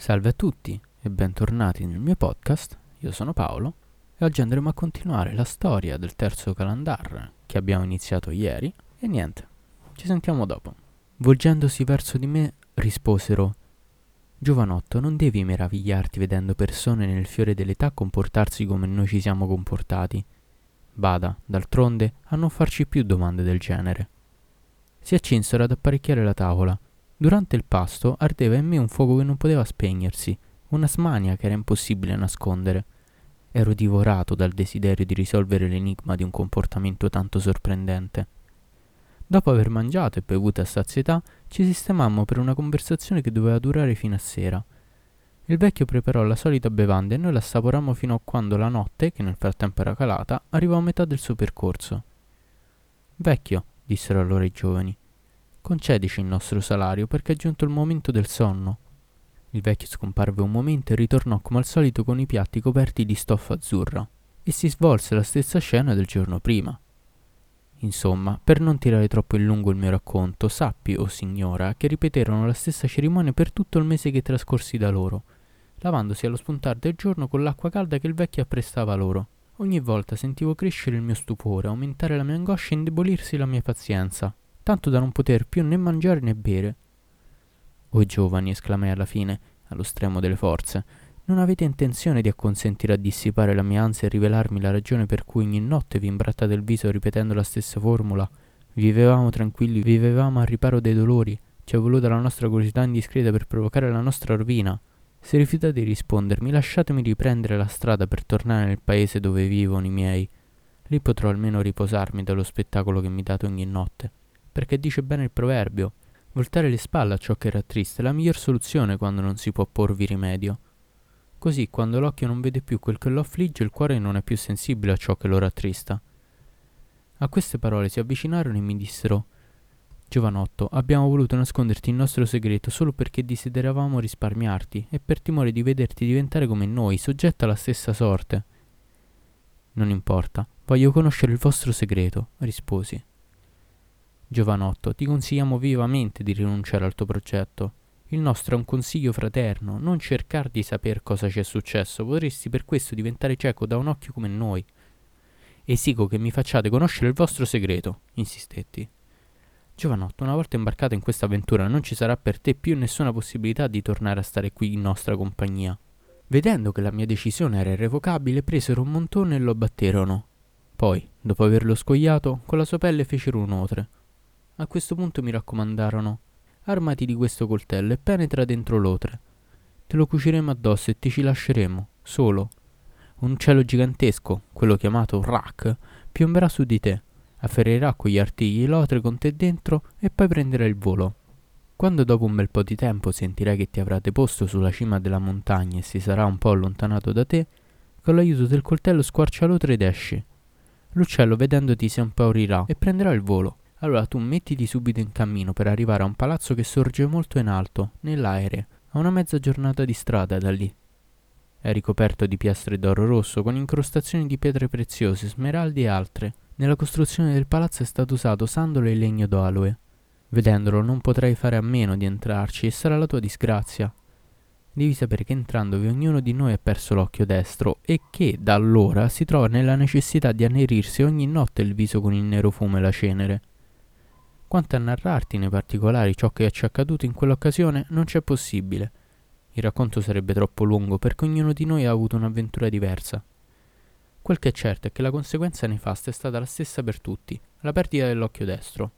Salve a tutti e bentornati nel mio podcast. Io sono Paolo e oggi andremo a continuare la storia del terzo Kalandar che abbiamo iniziato ieri e niente, ci sentiamo dopo. Volgendosi verso di me risposero: Giovanotto, non devi meravigliarti vedendo persone nel fiore dell'età comportarsi come noi ci siamo comportati. Bada, d'altronde, a non farci più domande del genere. Si accinsero ad apparecchiare la tavola. Durante il pasto ardeva in me un fuoco che non poteva spegnersi, una smania che era impossibile nascondere. Ero divorato dal desiderio di risolvere l'enigma di un comportamento tanto sorprendente. Dopo aver mangiato e bevuto a sazietà, ci sistemammo per una conversazione che doveva durare fino a sera. Il vecchio preparò la solita bevanda e noi l'assaporammo fino a quando la notte, che nel frattempo era calata, arrivò a metà del suo percorso. Vecchio, dissero allora i giovani, concedici il nostro salario perché è giunto il momento del sonno. Il vecchio scomparve un momento e ritornò come al solito con i piatti coperti di stoffa azzurra. E si svolse la stessa scena del giorno prima. Insomma, per non tirare troppo in lungo il mio racconto, sappi, o signora, che ripeterono la stessa cerimonia per tutto il mese che trascorsi da loro, lavandosi allo spuntar del giorno con l'acqua calda che il vecchio apprestava loro. Ogni volta sentivo crescere il mio stupore, aumentare la mia angoscia e indebolirsi la mia pazienza, tanto da non poter più né mangiare né bere. «O giovani», esclamai alla fine, allo stremo delle forze, «non avete intenzione di acconsentire a dissipare la mia ansia e rivelarmi la ragione per cui ogni notte vi imbrattate il viso ripetendo la stessa formula? Vivevamo tranquilli, vivevamo al riparo dei dolori, ci è voluta la nostra curiosità indiscreta per provocare la nostra rovina. Se rifiutate di rispondermi, lasciatemi riprendere la strada per tornare nel paese dove vivono i miei. Lì potrò almeno riposarmi dallo spettacolo che mi date ogni notte. Perché dice bene il proverbio, voltare le spalle a ciò che rattrista è la miglior soluzione quando non si può porvi rimedio. Così, quando l'occhio non vede più quel che lo affligge, il cuore non è più sensibile a ciò che lo rattrista». A queste parole si avvicinarono e mi dissero: «Giovanotto, abbiamo voluto nasconderti il nostro segreto solo perché desideravamo risparmiarti e per timore di vederti diventare come noi, soggetto alla stessa sorte». «Non importa, voglio conoscere il vostro segreto», risposi. «Giovanotto, ti consigliamo vivamente di rinunciare al tuo progetto. Il nostro è un consiglio fraterno, non cercar di saper cosa ci è successo, potresti per questo diventare cieco da un occhio come noi». «Esigo che mi facciate conoscere il vostro segreto», insistetti. «Giovanotto, una volta imbarcato in questa avventura non ci sarà per te più nessuna possibilità di tornare a stare qui in nostra compagnia». Vedendo che la mia decisione era irrevocabile, presero un montone e lo batterono. Poi, dopo averlo scoiato, con la sua pelle fecero un'otre. A questo punto mi raccomandarono: «Armati di questo coltello e penetra dentro l'otre. Te lo cuciremo addosso e ti ci lasceremo, solo. Un uccello gigantesco, quello chiamato Rak, piomberà su di te, afferrerà con gli artigli l'otre con te dentro e poi prenderà il volo. Quando dopo un bel po' di tempo sentirai che ti avrà deposto sulla cima della montagna e si sarà un po' allontanato da te, con l'aiuto del coltello squarcia l'otre ed esci. L'uccello vedendoti si impaurirà e prenderà il volo. Allora tu mettiti subito in cammino per arrivare a un palazzo che sorge molto in alto, nell'aere, a una mezza giornata di strada da lì. È ricoperto di piastre d'oro rosso con incrostazioni di pietre preziose, smeraldi e altre. Nella costruzione del palazzo è stato usato sandalo e legno d'aloe. Vedendolo non potrai fare a meno di entrarci e sarà la tua disgrazia. Devi sapere che entrandovi ognuno di noi ha perso l'occhio destro e che da allora si trova nella necessità di annerirsi ogni notte il viso con il nero fumo e la cenere. Quanto a narrarti nei particolari ciò che ci è accaduto in quell'occasione non c'è possibile. Il racconto sarebbe troppo lungo perché ognuno di noi ha avuto un'avventura diversa. Quel che è certo è che la conseguenza nefasta è stata la stessa per tutti, la perdita dell'occhio destro.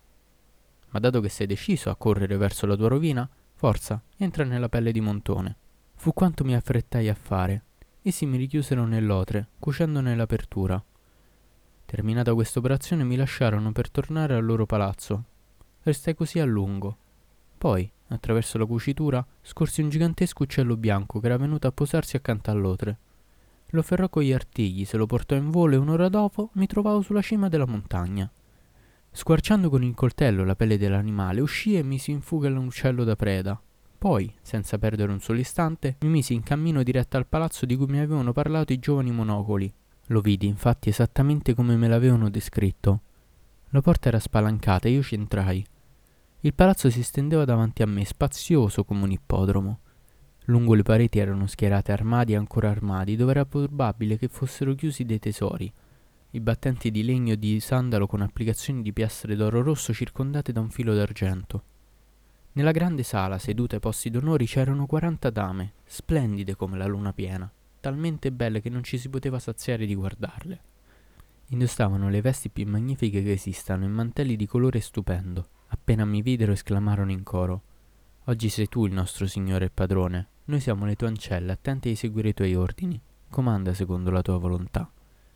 Ma dato che sei deciso a correre verso la tua rovina, forza, entra nella pelle di Montone. Fu quanto mi affrettai a fare. Essi mi richiusero nell'otre, cucendone l'apertura. Terminata questa operazione mi lasciarono per tornare al loro palazzo. Restai così a lungo. Poi, attraverso la cucitura, scorsi un gigantesco uccello bianco che era venuto a posarsi accanto all'otre. Lo ferrò con gli artigli, se lo portò in volo e un'ora dopo mi trovavo sulla cima della montagna. Squarciando con il coltello la pelle dell'animale, uscii e misi in fuga l'uccello da preda. Poi, senza perdere un solo istante, mi misi in cammino diretto al palazzo di cui mi avevano parlato i giovani monocoli. Lo vidi, infatti, esattamente come me l'avevano descritto. La porta era spalancata e io ci entrai. Il palazzo si stendeva davanti a me, spazioso come un ippodromo. Lungo le pareti erano schierate armadi e ancora armadi, dove era probabile che fossero chiusi dei tesori. I battenti di legno di sandalo con applicazioni di piastre d'oro rosso circondate da un filo d'argento. Nella grande sala, sedute ai posti d'onore, c'erano 40 dame, splendide come la luna piena, talmente belle che non ci si poteva saziare di guardarle. Indossavano le vesti più magnifiche che esistano e mantelli di colore stupendo. Appena mi videro esclamarono in coro: «Oggi sei tu il nostro signore e padrone. Noi siamo le tue ancelle, attenti a eseguire i tuoi ordini. Comanda secondo la tua volontà».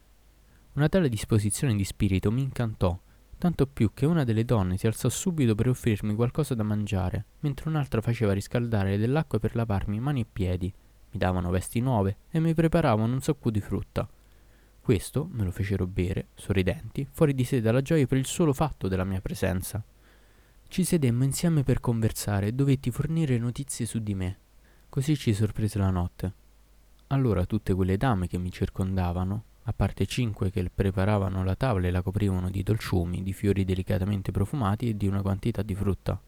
Una tale disposizione di spirito mi incantò, tanto più che una delle donne si alzò subito per offrirmi qualcosa da mangiare, mentre un'altra faceva riscaldare dell'acqua per lavarmi mani e piedi. Mi davano vesti nuove e mi preparavano un sacco di frutta. Questo me lo fecero bere, sorridenti, fuori di sé dalla gioia per il solo fatto della mia presenza. Ci sedemmo insieme per conversare e dovetti fornire notizie su di me. Così ci sorprese la notte. Allora tutte quelle dame che mi circondavano, a parte 5 che preparavano la tavola e la coprivano di dolciumi, di fiori delicatamente profumati e di una quantità di frutta.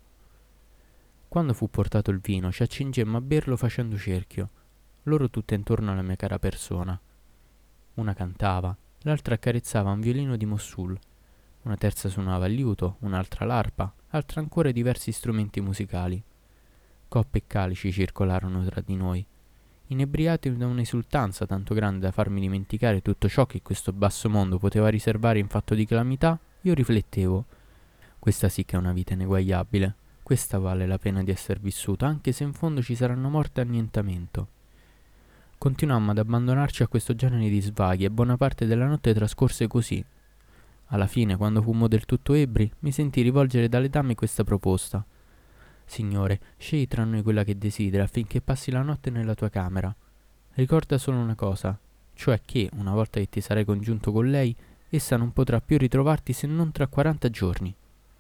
Quando fu portato il vino, ci accingemmo a berlo facendo cerchio, loro tutte intorno alla mia cara persona. Una cantava, l'altra accarezzava un violino di Mossul, una terza suonava il liuto, un'altra l'arpa, altra ancora diversi strumenti musicali. Coppe e calici circolarono tra di noi, inebriati da un'esultanza tanto grande da farmi dimenticare tutto ciò che questo basso mondo poteva riservare in fatto di calamità. Io riflettevo: questa sì che è una vita ineguagliabile, questa vale la pena di essere vissuta, anche se in fondo ci saranno morte e annientamento. Continuammo ad abbandonarci a questo genere di svaghi e buona parte della notte trascorse così. Alla fine, quando fummo del tutto ebbri, mi sentii rivolgere dalle dame questa proposta: «Signore, scegli tra noi quella che desideri affinché passi la notte nella tua camera. Ricorda solo una cosa, cioè che, una volta che ti sarai congiunto con lei, essa non potrà più ritrovarti se non tra 40 giorni».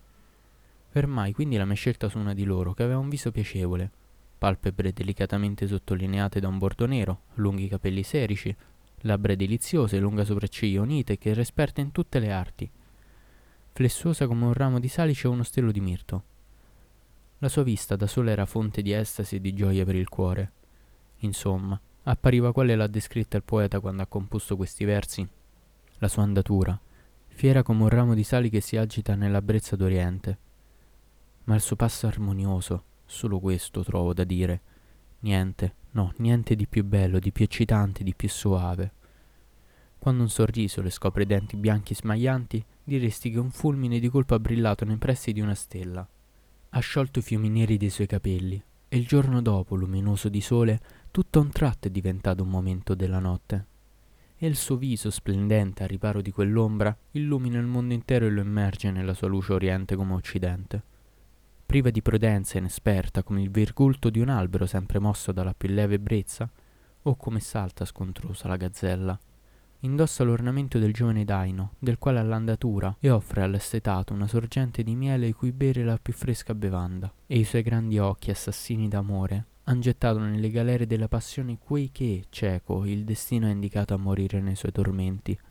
Fermai quindi la mia scelta su una di loro, che aveva un viso piacevole, palpebre delicatamente sottolineate da un bordo nero, lunghi capelli serici, labbra deliziose, lunga sopracciglia unite, che era esperta in tutte le arti, flessuosa come un ramo di salice o uno stelo di mirto. La sua vista da sola era fonte di estasi e di gioia per il cuore. Insomma, appariva quale l'ha descritta il poeta quando ha composto questi versi: la sua andatura, fiera come un ramo di sali che si agita nella brezza d'Oriente. Ma il suo passo armonioso, solo questo trovo da dire. Niente, no, niente di più bello, di più eccitante, di più soave. Quando un sorriso le scopre i denti bianchi smaglianti, diresti che un fulmine di colpo ha brillato nei pressi di una stella. Ha sciolto i fiumi neri dei suoi capelli, e il giorno dopo, luminoso di sole, tutto a un tratto è diventato un momento della notte. E il suo viso, splendente a riparo di quell'ombra, illumina il mondo intero e lo immerge nella sua luce oriente come occidente. Priva di prudenza e inesperta come il virgulto di un albero sempre mosso dalla più lieve ebbrezza, o come salta scontrosa la gazzella. Indossa l'ornamento del giovane daino, del quale ha l'andatura, e offre all'estetato una sorgente di miele di cui bere la più fresca bevanda. E i suoi grandi occhi assassini d'amore han gettato nelle galere della passione quei che, cieco, il destino ha indicato a morire nei suoi tormenti.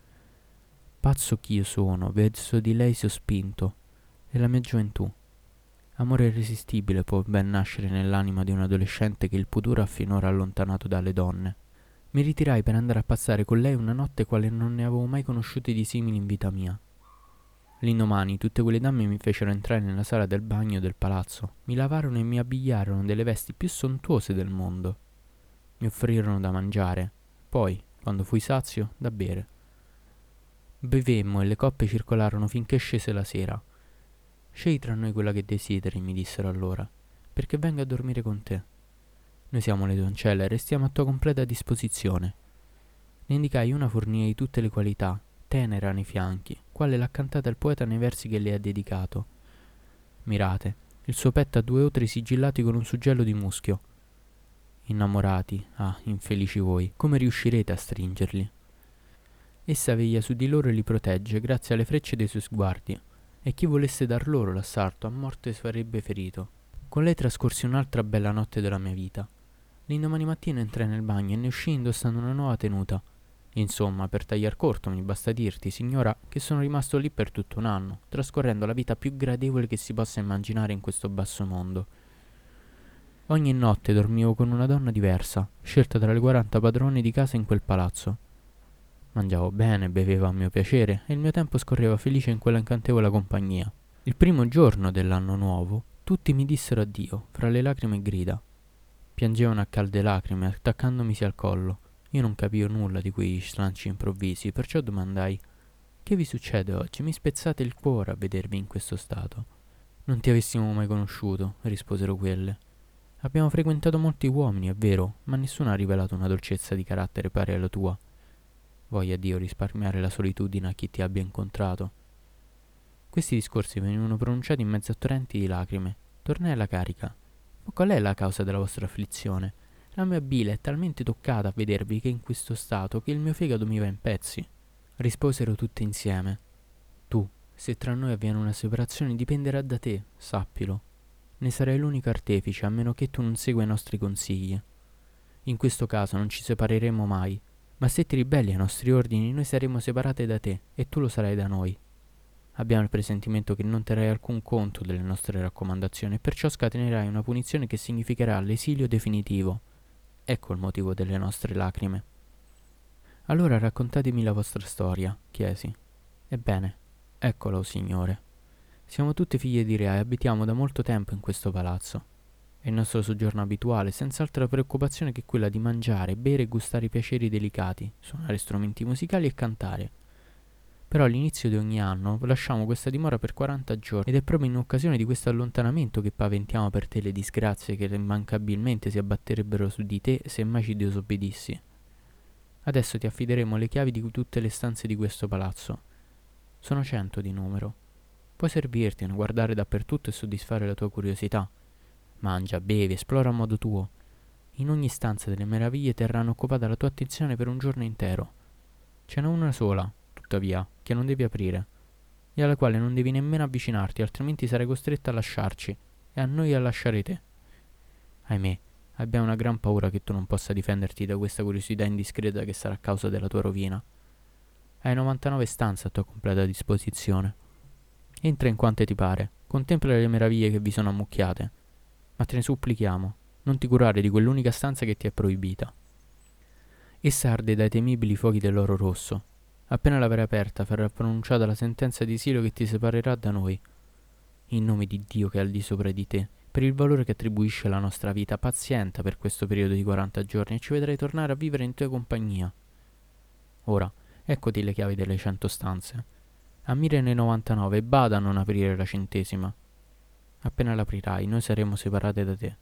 Pazzo ch'io sono, verso di lei sospinto, e la mia gioventù. Amore irresistibile può ben nascere nell'anima di un adolescente che il pudore ha finora allontanato dalle donne. Mi ritirai per andare a passare con lei una notte quale non ne avevo mai conosciute di simili in vita mia. L'indomani tutte quelle dame mi fecero entrare nella sala del bagno del palazzo, mi lavarono e mi abbigliarono delle vesti più sontuose del mondo. Mi offrirono da mangiare, poi, quando fui sazio, da bere. Bevemmo e le coppe circolarono finché scese la sera. «Scegli tra noi quella che desideri», mi dissero allora, «perché venga a dormire con te. Noi siamo le tue ancelle e restiamo a tua completa disposizione». Ne indicai una fornire di tutte le qualità, tenera nei fianchi, quale l'ha cantata il poeta nei versi che le ha dedicato. Mirate, il suo petto ha 2 otri sigillati con un suggello di muschio. Innamorati, ah, infelici voi, come riuscirete a stringerli? Essa veglia su di loro e li protegge grazie alle frecce dei suoi sguardi, e chi volesse dar loro l'assalto a morte sarebbe ferito. Con lei trascorsi un'altra bella notte della mia vita. L'indomani mattina entrai nel bagno e ne uscii indossando una nuova tenuta. Insomma, per tagliar corto, mi basta dirti, signora, che sono rimasto lì per tutto un anno, trascorrendo la vita più gradevole che si possa immaginare in questo basso mondo. Ogni notte dormivo con una donna diversa, scelta tra le 40 padrone di casa in quel palazzo. Mangiavo bene, bevevo a mio piacere e il mio tempo scorreva felice in quella incantevole compagnia. Il primo giorno dell'anno nuovo, tutti mi dissero addio, fra le lacrime e grida. Piangevano a calde lacrime, attaccandomisi al collo. Io non capivo nulla di quei slanci improvvisi, perciò domandai: «Che vi succede oggi? Mi spezzate il cuore a vedervi in questo stato». «Non ti avessimo mai conosciuto», risposero quelle. «Abbiamo frequentato molti uomini, è vero, ma nessuno ha rivelato una dolcezza di carattere pari alla tua. Voglia Dio risparmiare la solitudine a chi ti abbia incontrato». Questi discorsi venivano pronunciati in mezzo a torrenti di lacrime. Tornai alla carica. «Ma qual è la causa della vostra afflizione? La mia bile è talmente toccata a vedervi che in questo stato che il mio fegato mi va in pezzi». Risposero tutte insieme: «Tu, se tra noi avviene una separazione, dipenderà da te, sappilo. Ne sarai l'unico artefice, a meno che tu non segua i nostri consigli. In questo caso non ci separeremo mai, ma se ti ribelli ai nostri ordini, noi saremo separate da te e tu lo sarai da noi. Abbiamo il presentimento che non terrai alcun conto delle nostre raccomandazioni e perciò scatenerai una punizione che significherà l'esilio definitivo. Ecco il motivo delle nostre lacrime». «Allora raccontatemi la vostra storia», chiesi. «Ebbene, eccola, o signore. Siamo tutte figlie di Rea e abitiamo da molto tempo in questo palazzo. È il nostro soggiorno abituale, senza altra preoccupazione che quella di mangiare, bere e gustare i piaceri delicati, suonare strumenti musicali e cantare. Però all'inizio di ogni anno lasciamo questa dimora per 40 giorni ed è proprio in occasione di questo allontanamento che paventiamo per te le disgrazie che immancabilmente si abbatterebbero su di te se mai ci disobbedissi. Adesso ti affideremo le chiavi di tutte le stanze di questo palazzo. Sono 100 di numero. Puoi servirtene, guardare dappertutto e soddisfare la tua curiosità. Mangia, bevi, esplora a modo tuo. In ogni stanza delle meraviglie terranno occupata la tua attenzione per un giorno intero. Ce n'è una sola, tuttavia, che non devi aprire, e alla quale non devi nemmeno avvicinarti, altrimenti sarai costretta a lasciarci, e a noi a lasciare te. Ahimè, abbiamo una gran paura che tu non possa difenderti da questa curiosità indiscreta che sarà causa della tua rovina. Hai 99 stanze a tua completa disposizione. Entra in quante ti pare, contempla le meraviglie che vi sono ammucchiate, ma te ne supplichiamo, non ti curare di quell'unica stanza che ti è proibita. Essa arde dai temibili fuochi dell'oro rosso. Appena l'avrai aperta, verrà pronunciata la sentenza di esilio che ti separerà da noi. In nome di Dio che è al di sopra di te, per il valore che attribuisce alla nostra vita, pazienta per questo periodo di 40 giorni e ci vedrai tornare a vivere in tua compagnia. Ora, eccoti le chiavi delle 100 stanze. Ammirane 99 e bada a non aprire la 100ª. Appena l'aprirai, noi saremo separate da te».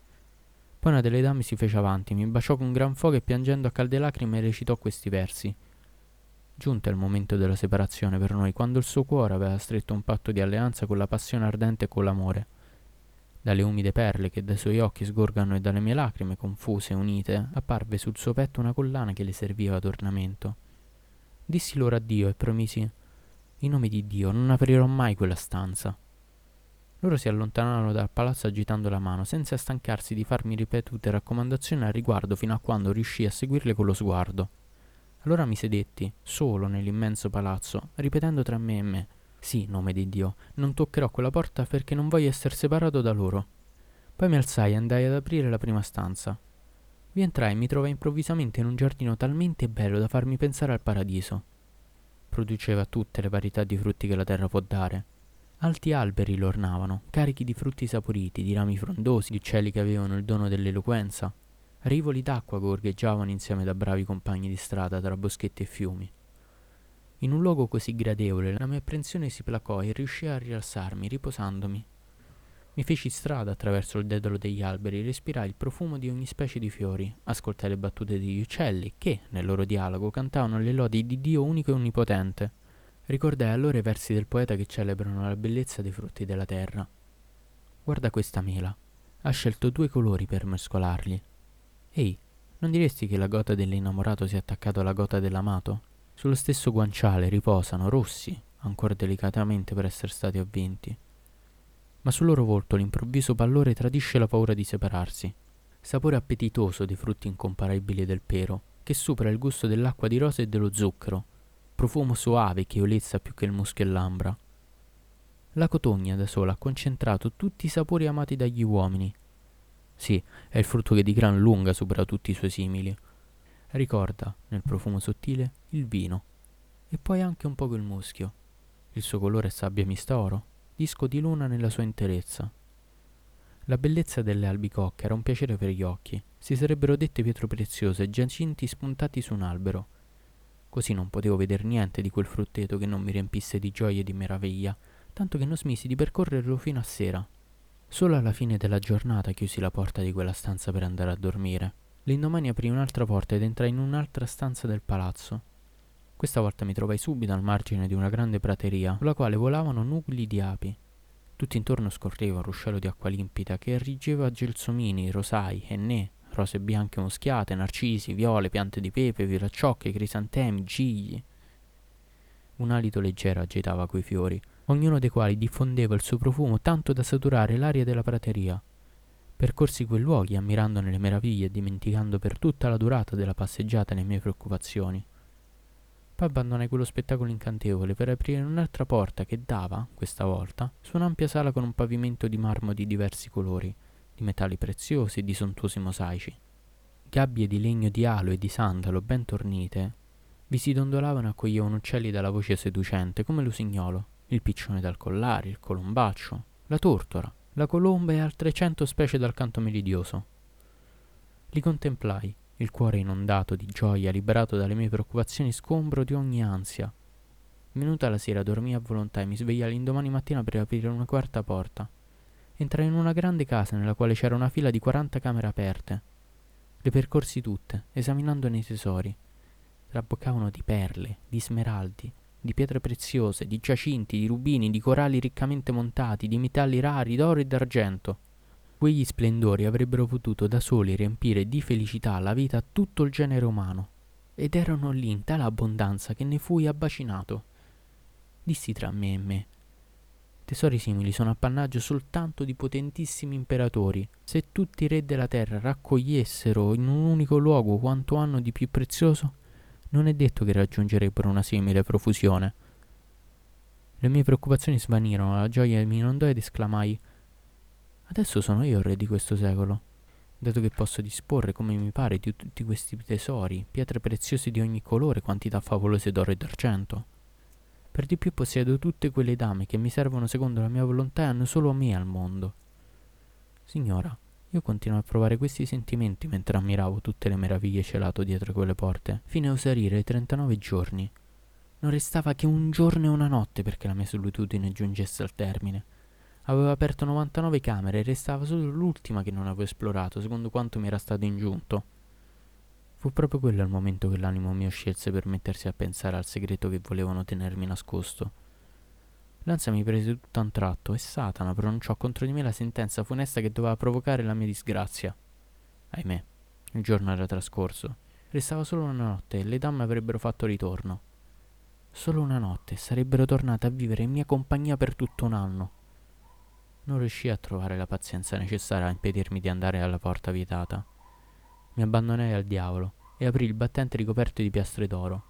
Poi una delle dame si fece avanti, mi baciò con gran foga e piangendo a calde lacrime recitò questi versi. Giunto il momento della separazione per noi, quando il suo cuore aveva stretto un patto di alleanza con la passione ardente e con l'amore. Dalle umide perle che dai suoi occhi sgorgano e dalle mie lacrime confuse e unite, apparve sul suo petto una collana che le serviva d'ornamento. Dissi loro addio e promisi: «In nome di Dio, non aprirò mai quella stanza». Loro si allontanarono dal palazzo agitando la mano, senza stancarsi di farmi ripetute raccomandazioni al riguardo fino a quando riuscii a seguirle con lo sguardo. Allora mi sedetti, solo nell'immenso palazzo, ripetendo tra me e me: «Sì, nome di Dio, non toccherò quella porta perché non voglio essere separato da loro». Poi mi alzai e andai ad aprire la prima stanza. Vi entrai e mi trovai improvvisamente in un giardino talmente bello da farmi pensare al paradiso. Produceva tutte le varietà di frutti che la terra può dare. Alti alberi lo ornavano, carichi di frutti saporiti, di rami frondosi, di uccelli che avevano il dono dell'eloquenza. Rivoli d'acqua gorgheggiavano insieme da bravi compagni di strada tra boschetti e fiumi. In un luogo così gradevole la mia apprensione si placò e riuscii a rialzarmi, riposandomi. Mi feci strada attraverso il dedalo degli alberi, respirai il profumo di ogni specie di fiori, ascoltai le battute degli uccelli che, nel loro dialogo, cantavano le lodi di Dio unico e onnipotente. Ricordai allora i versi del poeta che celebrano la bellezza dei frutti della terra. «Guarda questa mela. Ha scelto 2 colori per mescolarli. Ehi, non diresti che la gota dell'innamorato si è attaccato alla gota dell'amato? Sullo stesso guanciale riposano, rossi, ancora delicatamente per essere stati avvinti. Ma sul loro volto l'improvviso pallore tradisce la paura di separarsi. Sapore appetitoso dei frutti incomparabili del pero, che supera il gusto dell'acqua di rose e dello zucchero. Profumo soave che olezza più che il muschio e l'ambra. La cotogna da sola ha concentrato tutti i sapori amati dagli uomini. Sì, è il frutto che di gran lunga supera tutti i suoi simili. Ricorda, nel profumo sottile, il vino, e poi anche un poco il muschio. Il suo colore è sabbia mista oro, disco di luna nella sua interezza. La bellezza delle albicocche era un piacere per gli occhi, si sarebbero dette pietre preziose, giacinti spuntati su un albero. Così non potevo veder niente di quel frutteto che non mi riempisse di gioia e di meraviglia, tanto che non smisi di percorrerlo fino a sera. Solo alla fine della giornata chiusi la porta di quella stanza per andare a dormire. L'indomani aprii un'altra porta ed entrai in un'altra stanza del palazzo. Questa volta mi trovai subito al margine di una grande prateria, sulla quale volavano nugli di api. Tutto intorno scorreva un ruscello di acqua limpida che erigeva gelsomini, rosai, ennè, rose bianche muschiate, narcisi, viole, piante di pepe, violacciocche, crisantemi, gigli. Un alito leggero agitava quei fiori, ognuno dei quali diffondeva il suo profumo tanto da saturare l'aria della prateria. Percorsi quei luoghi ammirandone le meraviglie e dimenticando per tutta la durata della passeggiata le mie preoccupazioni. Poi abbandonai quello spettacolo incantevole per aprire un'altra porta che dava, questa volta, su un'ampia sala con un pavimento di marmo di diversi colori, di metalli preziosi e di sontuosi mosaici. Gabbie di legno di aloe e di sandalo ben tornite vi si dondolavano e accoglievano uccelli dalla voce seducente come l'usignolo, il piccione dal collare, il colombaccio, la tortora, la colomba e altre 100 specie dal canto melodioso. Li contemplai, il cuore inondato di gioia, liberato dalle mie preoccupazioni, sgombro di ogni ansia. Venuta la sera dormii a volontà e mi svegliai l'indomani mattina per aprire una quarta porta. Entrai in una grande casa nella quale c'era una fila di 40 camere aperte. Le percorsi tutte, esaminandone i tesori. Traboccavano di perle, di smeraldi, di pietre preziose, di giacinti, di rubini, di coralli riccamente montati, di metalli rari, d'oro e d'argento. Quegli splendori avrebbero potuto da soli riempire di felicità la vita a tutto il genere umano, ed erano lì in tale abbondanza che ne fui abbacinato. Dissi tra me e me: tesori simili sono appannaggio soltanto di potentissimi imperatori. Se tutti i re della terra raccogliessero in un unico luogo quanto hanno di più prezioso, non è detto che raggiungerebbero una simile profusione. Le mie preoccupazioni svanirono, la gioia mi inondò ed esclamai: adesso sono io il re di questo secolo, dato che posso disporre come mi pare di tutti questi tesori, pietre preziose di ogni colore, quantità favolose d'oro e d'argento. Per di più possiedo tutte quelle dame che mi servono secondo la mia volontà e hanno solo me al mondo. Signora, io continuo a provare questi sentimenti mentre ammiravo tutte le meraviglie celato dietro quelle porte, fino a esaurire i 39 giorni. Non restava che un giorno e una notte perché la mia solitudine giungesse al termine. Avevo aperto 99 camere e restava solo l'ultima che non avevo esplorato, secondo quanto mi era stato ingiunto. Fu proprio quello il momento che l'animo mio scelse per mettersi a pensare al segreto che volevano tenermi nascosto. L'ansia mi prese tutto a un tratto e Satana pronunciò contro di me la sentenza funesta che doveva provocare la mia disgrazia. Ahimè, il giorno era trascorso. Restava solo una notte e le dame avrebbero fatto ritorno. Solo una notte, sarebbero tornate a vivere in mia compagnia per tutto un anno. Non riuscii a trovare la pazienza necessaria a impedirmi di andare alla porta vietata. Mi abbandonai al diavolo e aprì il battente ricoperto di piastre d'oro.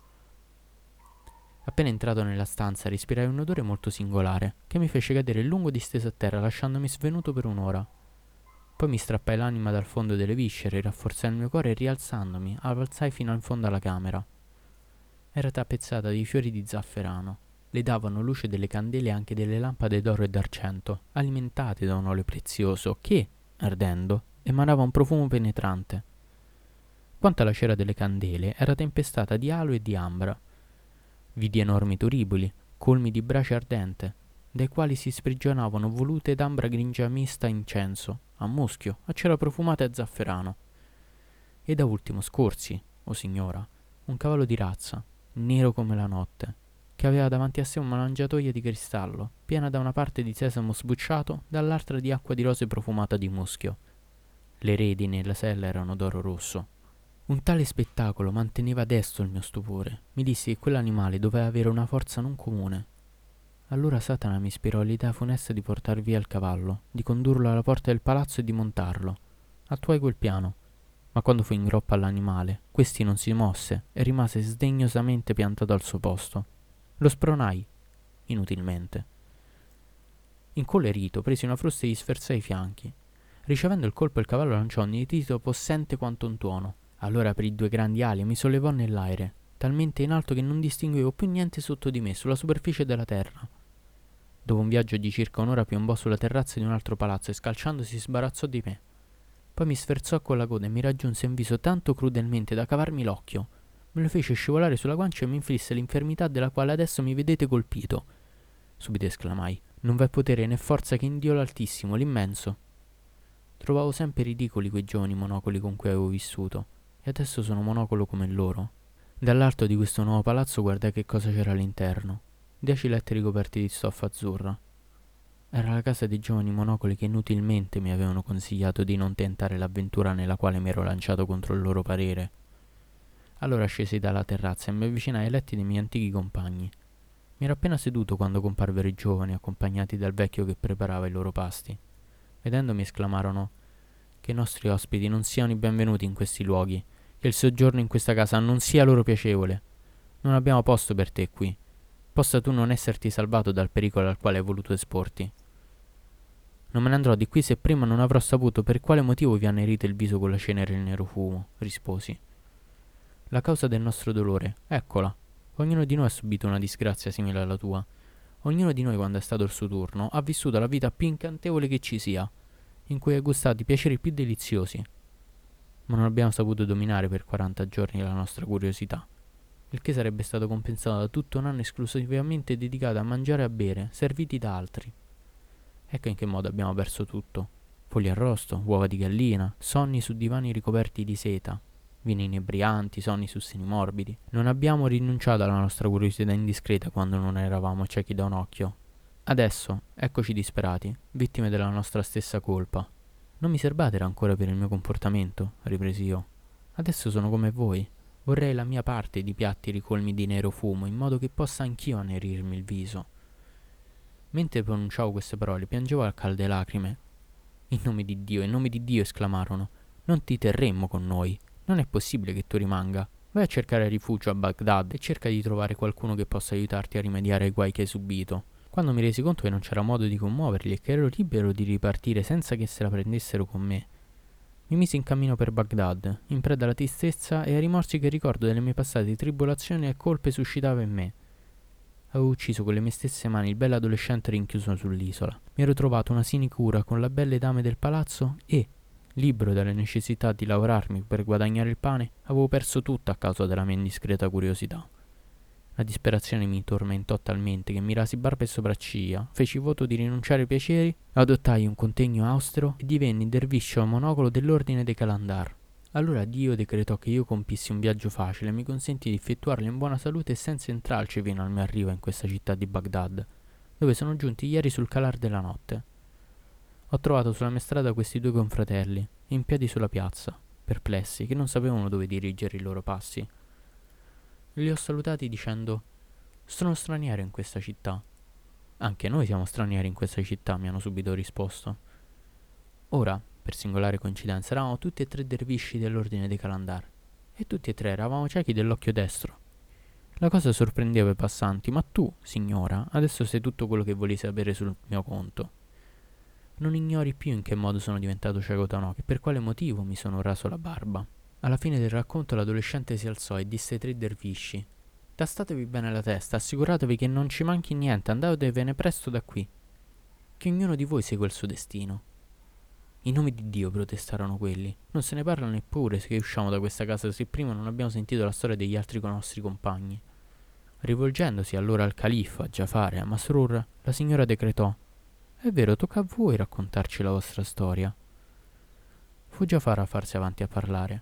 Appena entrato nella stanza respirai un odore molto singolare, che mi fece cadere lungo disteso a terra lasciandomi svenuto per un'ora. Poi mi strappai l'anima dal fondo delle viscere, rafforzai il mio cuore e rialzandomi, avanzai fino in fondo alla camera. Era tappezzata di fiori di zafferano. Le davano luce delle candele e anche delle lampade d'oro e d'argento, alimentate da un olio prezioso che, ardendo, emanava un profumo penetrante. Quanto alla cera delle candele, era tempestata di aloe e di ambra. Vidi enormi turiboli, colmi di brace ardente, dai quali si sprigionavano volute d'ambra grigia mista a incenso, a muschio, a cera profumata e a zafferano. E da ultimo scorsi, o signora, un cavallo di razza, nero come la notte, che aveva davanti a sé una mangiatoia di cristallo, piena da una parte di sesamo sbucciato, dall'altra di acqua di rose profumata di muschio. Le redini e la sella erano d'oro rosso. Un tale spettacolo manteneva desto il mio stupore. Mi dissi che quell'animale doveva avere una forza non comune. Allora Satana mi ispirò l'idea funesta di portar via il cavallo, di condurlo alla porta del palazzo e di montarlo. Attuai quel piano, ma quando fui in groppa all'animale, questi non si mosse e rimase sdegnosamente piantato al suo posto. Lo spronai, inutilmente. Incollerito, presi una frusta e gli sferzai i fianchi. Ricevendo il colpo il cavallo lanciò un nitrito possente quanto un tuono. Allora aprì due grandi ali e mi sollevò nell'aere, talmente in alto che non distinguevo più niente sotto di me, sulla superficie della terra. Dopo un viaggio di circa un'ora piombò sulla terrazza di un altro palazzo e scalciandosi si sbarazzò di me. Poi mi sferzò con la coda e mi raggiunse in viso tanto crudelmente da cavarmi l'occhio. Me lo fece scivolare sulla guancia e mi inflisse l'infermità della quale adesso mi vedete colpito. Subito esclamai: non v'è potere né forza che in Dio l'Altissimo, l'immenso. Trovavo sempre ridicoli quei giovani monocoli con cui avevo vissuto, e adesso sono monocolo come loro. Dall'alto di questo nuovo palazzo guardai che cosa c'era all'interno. 10 letti ricoperti di stoffa azzurra. Era la casa dei giovani monocoli che inutilmente mi avevano consigliato di non tentare l'avventura nella quale mi ero lanciato contro il loro parere. Allora scesi dalla terrazza e mi avvicinai ai letti dei miei antichi compagni. Mi ero appena seduto quando comparvero i giovani, accompagnati dal vecchio che preparava i loro pasti. Vedendomi esclamarono che i nostri ospiti non siano i benvenuti in questi luoghi, che il soggiorno in questa casa non sia loro piacevole. Non abbiamo posto per te qui. Possa tu non esserti salvato dal pericolo al quale hai voluto esporti. Non me ne andrò di qui se prima non avrò saputo per quale motivo vi annerite il viso con la cenere e il nero fumo, risposi. La causa del nostro dolore, eccola. Ognuno di noi ha subito una disgrazia simile alla tua. Ognuno di noi, quando è stato il suo turno, ha vissuto la vita più incantevole che ci sia, in cui ha gustato i piaceri più deliziosi. Ma non abbiamo saputo dominare per 40 giorni la nostra curiosità, il che sarebbe stato compensato da tutto un anno esclusivamente dedicato a mangiare e a bere, serviti da altri. Ecco in che modo abbiamo perso tutto. Foglie arrosto, uova di gallina, sonni su divani ricoperti di seta, vini inebrianti, sonni su seni morbidi. Non abbiamo rinunciato alla nostra curiosità indiscreta quando non eravamo ciechi da un occhio. Adesso, eccoci disperati, vittime della nostra stessa colpa. Non mi serbate rancore per il mio comportamento, ripresi io. Adesso sono come voi. Vorrei la mia parte di piatti ricolmi di nero fumo, in modo che possa anch'io annerirmi il viso. Mentre pronunciavo queste parole, piangevo a calde lacrime. In nome di Dio, esclamarono. Non ti terremmo con noi. Non è possibile che tu rimanga. Vai a cercare rifugio a Baghdad e cerca di trovare qualcuno che possa aiutarti a rimediare ai guai che hai subito. Quando mi resi conto che non c'era modo di commuoverli e che ero libero di ripartire senza che se la prendessero con me, mi misi in cammino per Baghdad, in preda alla tristezza e ai rimorsi che il ricordo delle mie passate tribolazioni e colpe suscitava in me. Avevo ucciso con le mie stesse mani il bell'adolescente rinchiuso sull'isola. Mi ero trovato una sinecura con le belle dame del palazzo e, libero dalle necessità di lavorarmi per guadagnare il pane, avevo perso tutto a causa della mia indiscreta curiosità. La disperazione mi tormentò talmente che mi rasi barba e sopracciglia, feci voto di rinunciare ai piaceri, adottai un contegno austero e divenni derviscio monocolo dell'ordine dei Kalandar. Allora Dio decretò che io compissi un viaggio facile e mi consentì di effettuarlo in buona salute e senza intralci fino al mio arrivo in questa città di Baghdad, dove sono giunti ieri sul calar della notte. Ho trovato sulla mia strada questi due confratelli, in piedi sulla piazza, perplessi, che non sapevano dove dirigere i loro passi. Li ho salutati dicendo: sono straniero in questa città. Anche noi siamo stranieri in questa città, mi hanno subito risposto. Ora, per singolare coincidenza, eravamo tutti e tre dervisci dell'ordine dei Kalandar, e tutti e tre eravamo ciechi dell'occhio destro. La cosa sorprendeva i passanti, ma tu, signora, adesso sai tutto quello che volevi sapere sul mio conto. Non ignori più in che modo sono diventato cieco da un'occhio e per quale motivo mi sono raso la barba. Alla fine del racconto l'adolescente si alzò e disse ai tre dervisci: tastatevi bene la testa, assicuratevi che non ci manchi niente, andatevene presto da qui, che ognuno di voi segua il suo destino. In nome di Dio, protestarono quelli, non se ne parla neppure se usciamo da questa casa se prima non abbiamo sentito la storia degli altri nostri compagni. Rivolgendosi allora al califfo, a Giafar e a Masrur, la signora decretò: è vero, tocca a voi raccontarci la vostra storia. Fu Giafar a farsi avanti a parlare.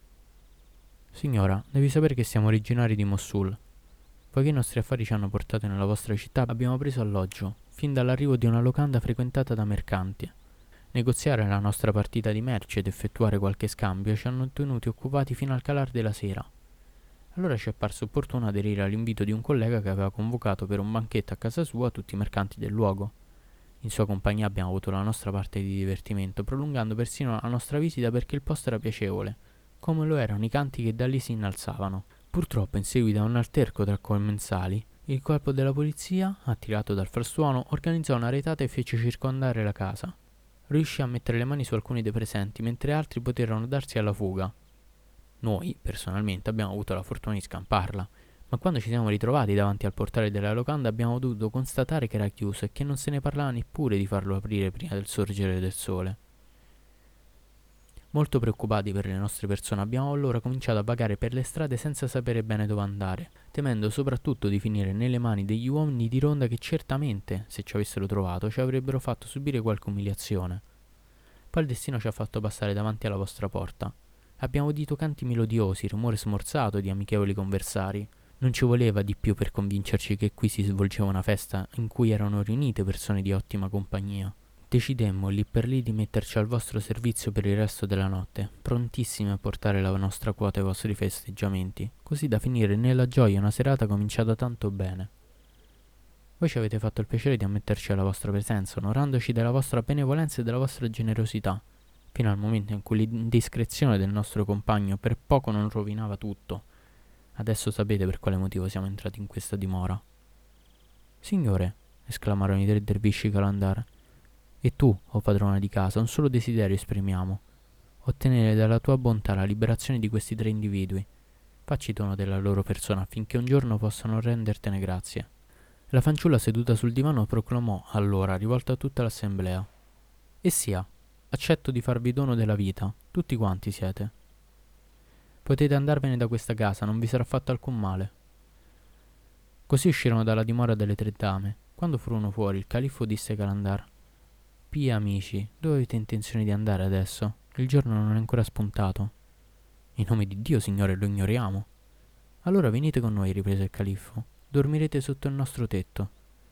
Signora, devi sapere che siamo originari di Mosul. Poiché i nostri affari ci hanno portato nella vostra città, abbiamo preso alloggio, fin dall'arrivo di una locanda frequentata da mercanti. Negoziare la nostra partita di merci ed effettuare qualche scambio ci hanno tenuti occupati fino al calar della sera. Allora ci è parso opportuno aderire all'invito di un collega che aveva convocato per un banchetto a casa sua tutti i mercanti del luogo. In sua compagnia abbiamo avuto la nostra parte di divertimento, prolungando persino la nostra visita perché il posto era piacevole, come lo erano i canti che da lì si innalzavano. Purtroppo, in seguito a un alterco tra commensali, il corpo della polizia, attirato dal frastuono, organizzò una retata e fece circondare la casa. riuscì a mettere le mani su alcuni dei presenti, mentre altri poterono darsi alla fuga. Noi, personalmente, abbiamo avuto la fortuna di scamparla, ma quando ci siamo ritrovati davanti al portale della locanda abbiamo dovuto constatare che era chiuso e che non se ne parlava neppure di farlo aprire prima del sorgere del sole. Molto preoccupati per le nostre persone, abbiamo allora cominciato a vagare per le strade senza sapere bene dove andare, temendo soprattutto di finire nelle mani degli uomini di ronda che certamente, se ci avessero trovato, ci avrebbero fatto subire qualche umiliazione. Poi il destino ci ha fatto passare davanti alla vostra porta. Abbiamo udito canti melodiosi, rumore smorzato di amichevoli conversari. Non ci voleva di più per convincerci che qui si svolgeva una festa in cui erano riunite persone di ottima compagnia. Decidemmo lì per lì di metterci al vostro servizio per il resto della notte, prontissimi a portare la nostra quota ai vostri festeggiamenti, così da finire nella gioia una serata cominciata tanto bene. Voi ci avete fatto il piacere di ammetterci alla vostra presenza, onorandoci della vostra benevolenza e della vostra generosità, fino al momento in cui l'indiscrezione del nostro compagno per poco non rovinava tutto. Adesso sapete per quale motivo siamo entrati in questa dimora. Signore, esclamarono i tre dervisci Kalandar, e tu, o padrona di casa, un solo desiderio esprimiamo: ottenere dalla tua bontà la liberazione di questi tre individui. Facci dono della loro persona affinché un giorno possano rendertene grazie. La fanciulla seduta sul divano proclamò allora, rivolta a tutta l'assemblea: e sia, accetto di farvi dono della vita, tutti quanti siete. Potete andarvene da questa casa, non vi sarà fatto alcun male. Così uscirono dalla dimora delle tre dame. Quando furono fuori, il califfo disse a Kalandar: Pia amici, dove avete intenzione di andare adesso? Il giorno non è ancora spuntato. In nome di Dio, signore, lo ignoriamo. Allora venite con noi, riprese il califfo. Dormirete sotto il nostro tetto.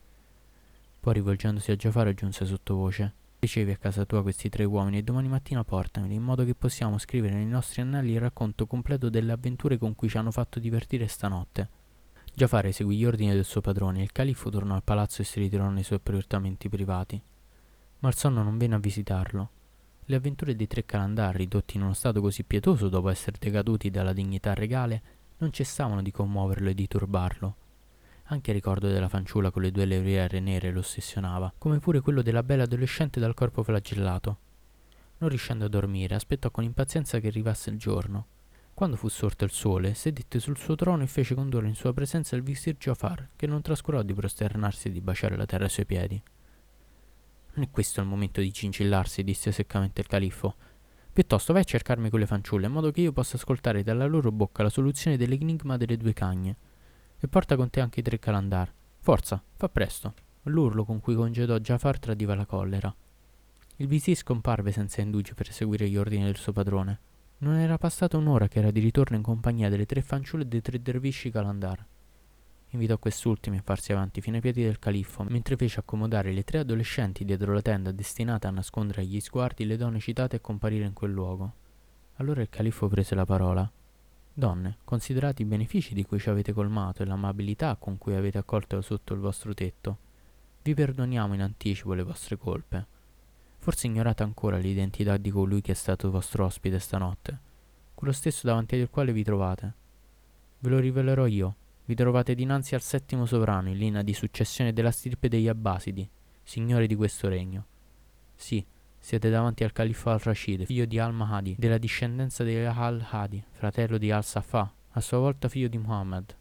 Poi, rivolgendosi a Giafar, aggiunse sottovoce: ricevi a casa tua questi tre uomini e domani mattina portameli, in modo che possiamo scrivere nei nostri annali il racconto completo delle avventure con cui ci hanno fatto divertire stanotte. Giafar eseguì gli ordini del suo padrone e il califfo tornò al palazzo e si ritirò nei suoi appartamenti privati. Ma il sonno non venne a visitarlo. Le avventure dei tre Kalandar, ridotti in uno stato così pietoso dopo essere decaduti dalla dignità regale, non cessavano di commuoverlo e di turbarlo. Anche il ricordo della fanciulla con le due levriere nere lo ossessionava, come pure quello della bella adolescente dal corpo flagellato. Non riuscendo a dormire, aspettò con impazienza che arrivasse il giorno. Quando fu sorto il sole, sedette sul suo trono e fece condurre in sua presenza il visir Giafar, che non trascurò di prosternarsi e di baciare la terra ai suoi piedi. Non è questo il momento di cincillarsi, disse seccamente il califfo. Piuttosto vai a cercarmi quelle fanciulle, in modo che io possa ascoltare dalla loro bocca la soluzione dell'enigma delle due cagne. E porta con te anche i tre Kalandar. Forza, fa presto. L'urlo con cui congedò Giafar tradiva la collera. Il visir scomparve senza indugi per eseguire gli ordini del suo padrone. Non era passata un'ora che era di ritorno in compagnia delle tre fanciulle e dei tre dervisci Kalandar. Invitò quest'ultimi a farsi avanti fino ai piedi del califfo, mentre fece accomodare le tre adolescenti dietro la tenda destinata a nascondere agli sguardi le donne citate a comparire in quel luogo. Allora il califfo prese la parola. Donne, considerati i benefici di cui ci avete colmato e l'amabilità con cui avete accolto sotto il vostro tetto, vi perdoniamo in anticipo le vostre colpe. Forse ignorate ancora l'identità di colui che è stato vostro ospite stanotte, quello stesso davanti al quale vi trovate. Ve lo rivelerò io. Vi trovate dinanzi al settimo sovrano in linea di successione della stirpe degli Abbasidi, signori di questo regno. Sì, siete davanti al califfo al-Rashid, figlio di al-Mahdi, della discendenza di al-Hadi, fratello di al-Saffah, a sua volta figlio di Muhammad.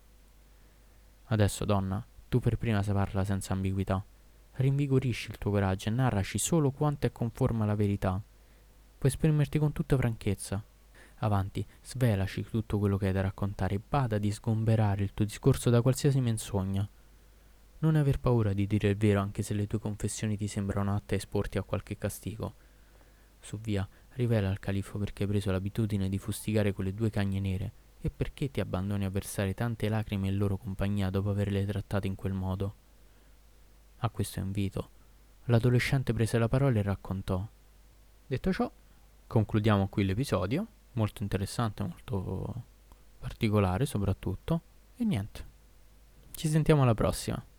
Adesso, donna, tu per prima sai parla senza ambiguità. Rinvigorisci il tuo coraggio e narraci solo quanto è conforme alla verità. Puoi esprimerti con tutta franchezza. Avanti, svelaci tutto quello che hai da raccontare e bada di sgomberare il tuo discorso da qualsiasi menzogna. Non aver paura di dire il vero anche se le tue confessioni ti sembrano atte a esporti a qualche castigo. Su via, rivela al califfo perché hai preso l'abitudine di fustigare quelle due cagne nere e perché ti abbandoni a versare tante lacrime in loro compagnia dopo averle trattate in quel modo. A questo invito, l'adolescente prese la parola e raccontò. Detto ciò, concludiamo qui l'episodio. Molto interessante, molto particolare soprattutto. E niente, ci sentiamo alla prossima.